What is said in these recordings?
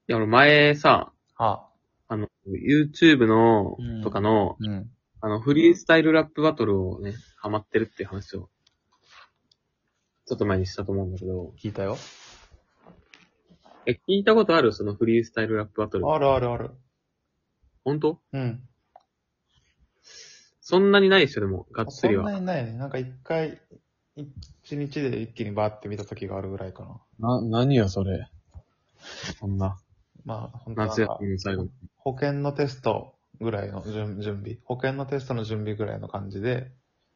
や、俺前さ、 あ、 YouTube の、 うんとかの、 うん。 フリースタイルラップバトルをね、ハマってるっていう話を、ちょっと前にしたと思うんだけど、 聞いたよ。 聞いたことあるそのフリースタイルラップバトル。 あるあるある。 本当？ うん。 そんなにないでしょ、でも、がっつそんりは。 なにないね。なんか一回、一日で一気にバーって見た時があるぐらいかな。 何よ、それ。そんな。 まあ、ほんとなん夏休か、 みの最後に。 保険のテストぐらいの準備。保険のテストの準備ぐらいの感じで、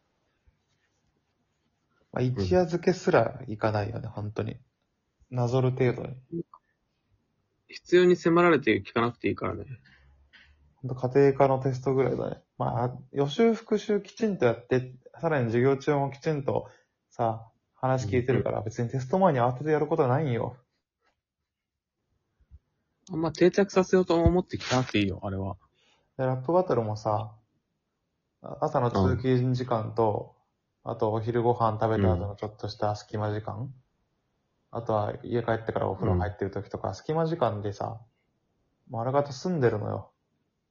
まあ、一夜漬けすらいかないよね、本当に。なぞる程度に。 必要に迫られて聞かなくていいからね。 ほんと家庭科のテストぐらいだね。まあ、予習復習きちんとやって、さらに授業中もきちんとさ、話聞いてるから、別にテスト前に慌ててやることはないんよ。 あんま定着させようと思って聞かなくていいよ、あれは。 で、ラップバトルもさ、朝の通勤時間と、あとお昼ご飯食べた後のちょっとした隙間時間、あとは家帰ってからお風呂入ってる時とか、隙間時間でさ、もうあらがた済んでるのよ。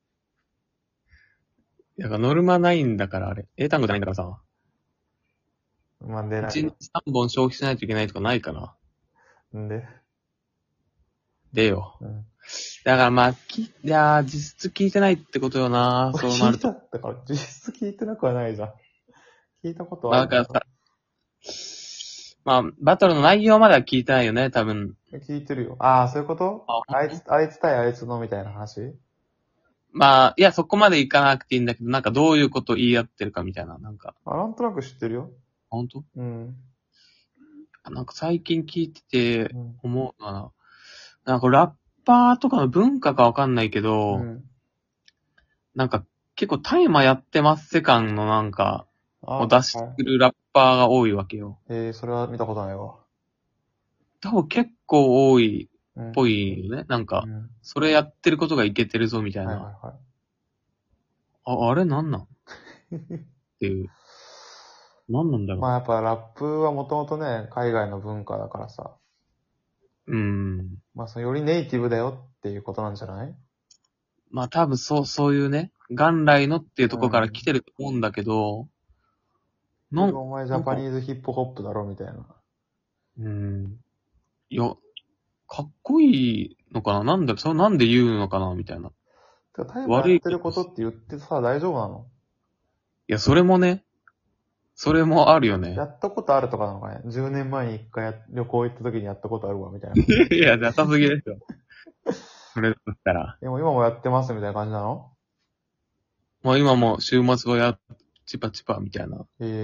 だからノルマないんだから、あれ。英単語じゃないんだからさ。 まあ、出ない 1 よ。 日3本消費しないといけないとかないから。 んで。 でよ。 うん。 だからまあ、いやー、実質聞いてないってことよな、そうな聞いたると。 だから実質聞いてなくはないじゃん。聞いたことまあ、 はあるんだろ。 だからさ、まあ、バトルの内容までは聞いてないよね、多分。 聞いてるよ。ああ、そういうことあ、 あいつ対あいつのみたいな話。 まあ、いや、そこまでいかなくていいんだけど、なんかどういうことを言い合ってるかみたいな、なんか、 なんとなく知ってるよ。 本当？ うん。 なんか最近聞いててうん。 思うのはなんかラッパーとかの文化かわかんないけど、 うん。 なんか結構タイマーやってます世感のなんか、 あ、 を出してはくるラッパーが多いわけよ。 い。それは見たことないわ。 多分結構多いっうん。 ぽいよね。なんか、 うん。 それやってることがいけてるぞみたいな。 はいはいはあれなんなんっい。 ていう。なんなんだろまあやっぱラップはもともとね、海外の文化だからさ。 う。 まあよりネイティブだよっていうことなんじゃない？ まあ多分そういうね、元来のっていうところから来てると思うんだけど、 お前ジャパニーズヒップホップだろみたいな。 いや、かっこいいのかななんで言うのかなみたいな。 てかタイムや悪いってることって言ってさ、大丈夫なの？ いや、それもね、それもあるよね。 やったことあるとかなのかね。10年前に一回旅行行った時にやったことあるわみたいな。 いや、なさすぎですよ。それだったら。 でも今もやってますみたいな感じなの？ もう今も週末はチパチパみたいな。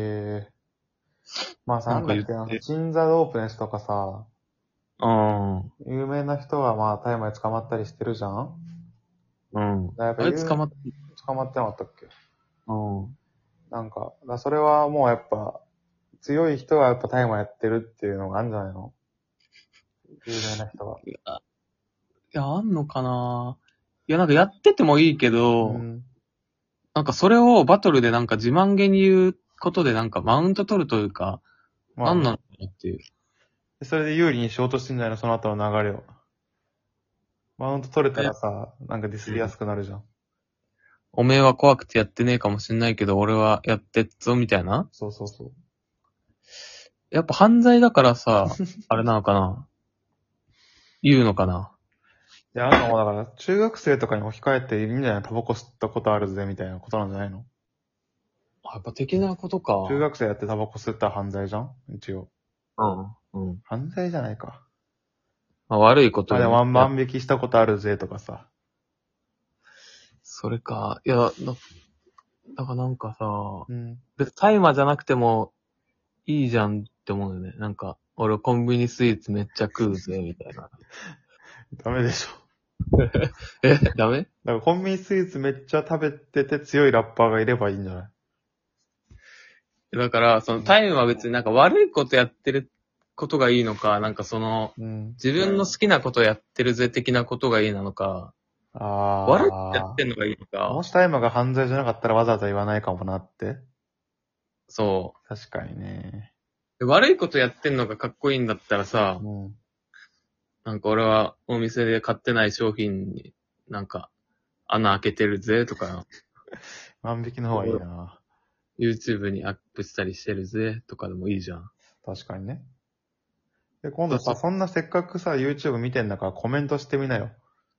まあさ、 なんかなんだっけな、 言って。 チンザドープネスとかさ、 あ有名な人はまあ大麻で捕まったりしてるじゃん？ あ、うん。 やっぱあれ捕まっ捕まってなかったっけ？ うん。 なんか、それはもうやっぱ、強い人はやっぱ大麻やってるっていうのがあるんじゃないの？有名な人は。 いや、あんのかないや、なんかやっててもいいけど、 うん。 なんかそれをバトルでなんか自慢げに言うことでなんかマウント取るというか、 まあね、 なんなのかなっていう。 それで有利にしようとしてんじゃないの？その後の流れを。マウント取れたらさ、なんかディスりやすくなるじゃん。 おめえは怖くてやってねえかもしんないけど、俺はやってっぞ、みたいな。 そうそうそう。 やっぱ犯罪だからさ、あれなのかな言うのかないや、あんなもんだから、中学生とかに置き換えていいんじゃないの？タバコ吸ったことあるぜ、みたいなことなんじゃないの？ やっぱ的なことか。 中学生やってタバコ吸ったら犯罪じゃん一応。 うん。 犯罪じゃないか。 まあ、悪いことよ、ね。 まあでも万引きしたことあるぜとかさ。 それか。いや、だからなんかさ、 うん。 別に大麻じゃなくてもいいじゃんって思うよね。なんか、俺コンビニスイーツめっちゃ食うぜ、みたいな。 ダメでしょ。 ダメ？ だからコンビニスイーツめっちゃ食べてて強いラッパーがいればいいんじゃない？ だから、そのタイムは別になんか悪いことやってることがいいのか、なんかその、 うん。 自分の好きなことやってるぜ的なことがいいなのか、 あ悪いことやってんのがいいのか、 もし大麻が犯罪じゃなかったらわざわざ言わないかもなって。 そ確かにね。 う。悪いことやってんのがかっこいいんだったらさ、 うん。 なんか俺はお店で買ってない商品になんか穴開けてるぜとか、 万引きの方がいいな。 YouTube にアップしたりしてるぜとかでもいいじゃん。 確かにね。で、今度さ、 そうそんなせっかくさ、YouTube 見てんだからコメントしてみなよ。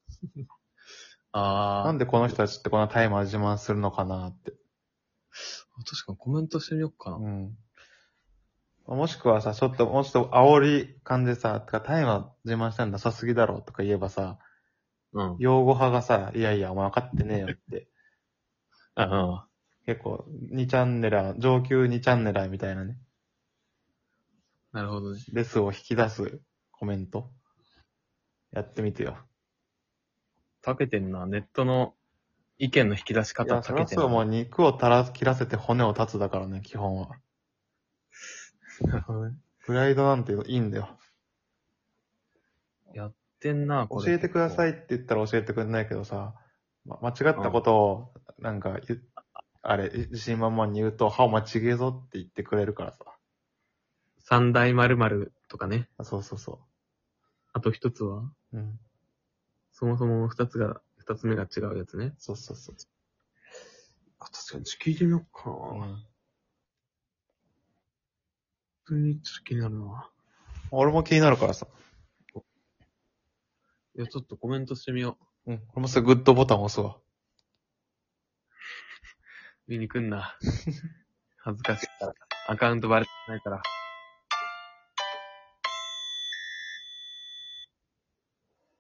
なんでこの人たちってこんなタイマー自慢するのかなって。 確かにコメントしてみようかな。 うん。もしくはさ、もうちょっと煽り感じでさ、タイマー自慢してんださすぎだろとか言えばさ、 うん。 擁護派がさ、いやいや、お前分かってねえよって。 あ結構、2チャンネラー、上級2チャンネラーみたいなね、 なるほどね。 レスを引き出すコメント。やってみてよ。 たけてんな。ネットの意見の引き出しいや、 方たそりゃそう、もうけてんな。 肉を切らせて骨を断つだからね、基本は。 なるほどね。 プライドなんていいんだよ。 やってんな、これ。 教えてください。 いって言ったら教えてくれないけどさ、間違ったことを、なんか自信満々に言うと、お前ちげえぞって言ってくれるからさ。 三大〇〇とかね。 そうそうそあと一つはう。うん。 そもそも二つ目が違うやつね。 そうそうそう。 あ、確かに聞いてみようかな。 うん。 普通にちょっと気になるな。 俺も気になるからさ。 いや、ちょっとコメントしてみよう。 うん。俺もグッドボタン押すわ。 見に来んな。恥ずかしいから。アカウントバレてないから。